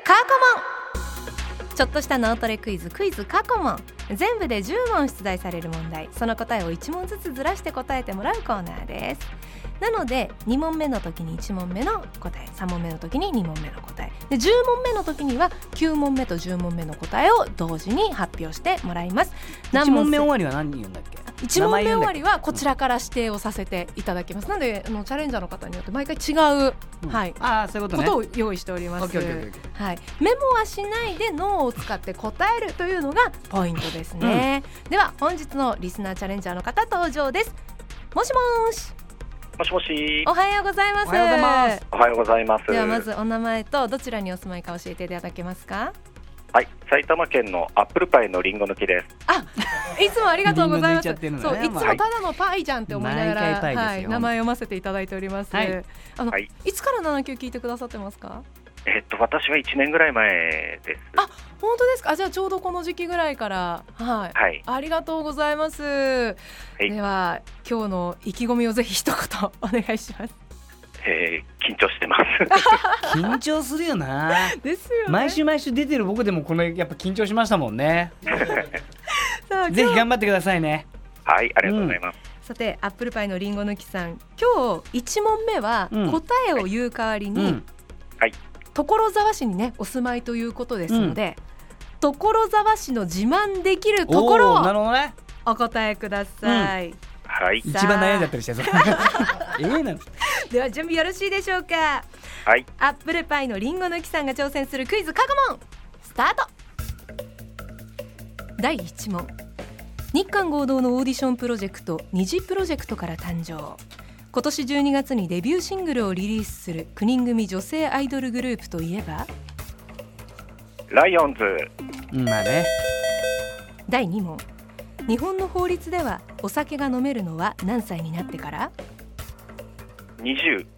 過去問。ちょっとした脳トレクイズ過去問。全部で10問出題される問題、その答えを1問ずつずらして答えてもらうコーナーです。なので2問目の時に1問目の答え、3問目の時に2問目の答えで、10問目の時には9問目と10問目の答えを同時に発表してもらいます。 1問目終わりは何言うんだっけ ？1問目終わりはこちらから指定をさせていただきます。なのでチャレンジャーの方によって毎回違う、はい、 そういうことね、 ことを用意しております。はい、メモはしないで脳を使って答えるというのがポイントですね、では本日のリスナーチャレンジャーの方登場です。もしもし。 もしもし。 おはようございます。 おはようございます。おはようございます。 ではまずお名前とどちらにお住まいか教えていただけますか？ はい、埼玉県のアップルパイのリンゴ抜きです。 いつもありがとうございます。 リンゴ抜いちゃってるのね。 そう、いつもただのパイじゃんって思いながら、 毎回パイですよ。 名前読ませていただいております。いつから7級聞いてくださってますか？ 私は1年ぐらい前です。 本当ですか？じゃあちょうどこの時期ぐらいから、はい、ありがとうございます。では今日の意気込みをぜひ一言お願いします。 緊張してます緊張するよなですよね。 毎週出てる僕でもやっぱ緊張しましたもんねぜひ頑張ってくださいね。 はい、ありがとうございます。 さてアップルパイのリンゴ抜きさん、今日1問目は答えを言う代わりに、所沢市にねお住まいということですので、所沢市の自慢できるところをお答えください。 はい、 一番悩んじゃったりしてなんでは準備よろしいでしょうか？ はい。 アップルパイのリンゴ抜きさんが挑戦するクイズ過去問スタート。第1問、日韓合同のオーディションプロジェクト虹プロジェクトから誕生。今年12月にデビューシングルをリリースする9人組女性アイドルグループといえば？ ライオンズ。 まあね。 第2問、日本の法律ではお酒が飲めるのは何歳になってから？ 20。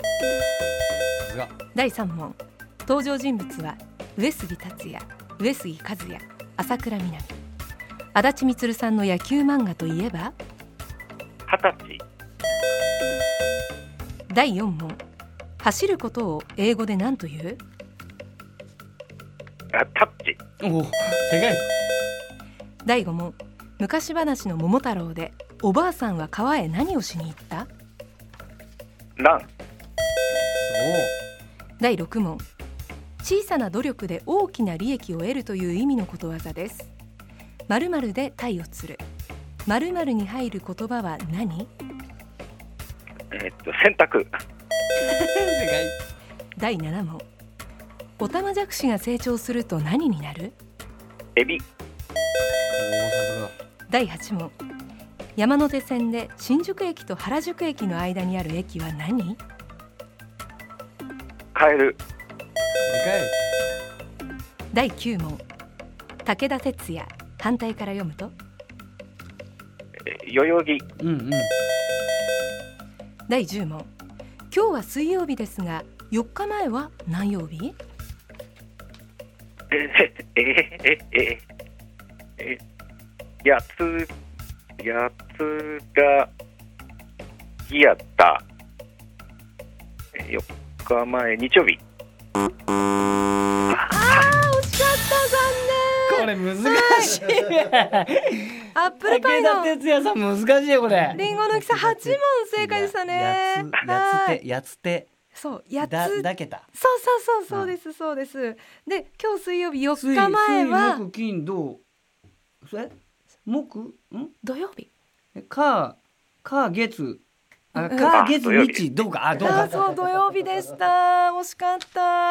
第3問、登場人物は上杉達也、上杉和也、朝倉みなみ。足立みつるさんの野球漫画といえば 20歳。 第4問、走ることを英語で何という？ タッチ。 おお、正解。 第5問、昔話の桃太郎でおばあさんは川へ何をしに行った？ ラン。 第6問、小さな努力で大きな利益を得るという意味のことわざです。〇〇で鯛を釣る、〇〇に入る言葉は何？ 選択。 第7問、オタマジャクシが成長すると何になる？ エビ。 第8問、山手線で新宿駅と原宿駅の間にある駅は何？ カエル。 第9問、武田鉄矢、反対から読むと？ 代々木。 第10問、今日は水曜日ですが4日前は何曜日？ やつがぎやった4日前日曜日。 惜しかった、残念。 これ難しいアップルパイの武田鉄矢さん難しいよこれ。 リンゴ抜きさん8問正解でしたね。 やつてそう、やつだけた。 そうですそうです。で今日水曜日4日前は木金土木土曜日。 火月日どうかそう土曜日でした。惜しかった。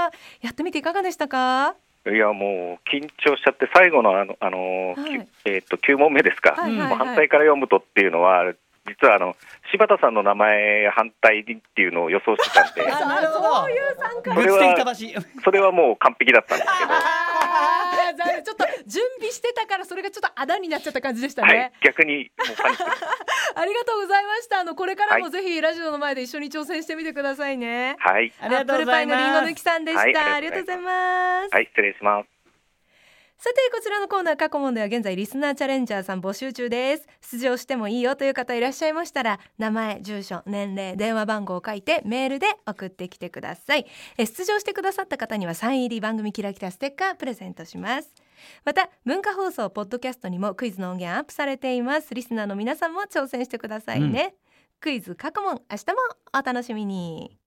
やってみていかがでしたか？ いやもう緊張しちゃって最後の9問目ですか、反対から読むとっていうのは実は柴田さんの名前反対っていうのを予想してたんでなるほど、 そういう参加それはもう完璧だったんですけどちょっと準備してたからそれがちょっとあだになっちゃった感じでしたね。 逆にもうパニックありがとうございました。これからもぜひラジオの前で一緒に挑戦してみてくださいね。 はい、 アップルパイのリンゴ抜きさんでした。ありがとうございます。 はい、失礼します。 さてこちらのコーナー過去問では現在リスナーチャレンジャーさん募集中です。出場してもいいよという方いらっしゃいましたら、名前、住所、年齢、電話番号を書いてメールで送ってきてください。出場してくださった方にはサイン入り番組キラキラステッカープレゼントします。また文化放送ポッドキャストにもクイズの音源アップされています。リスナーの皆さんも挑戦してくださいね、クイズ過去問、明日もお楽しみに。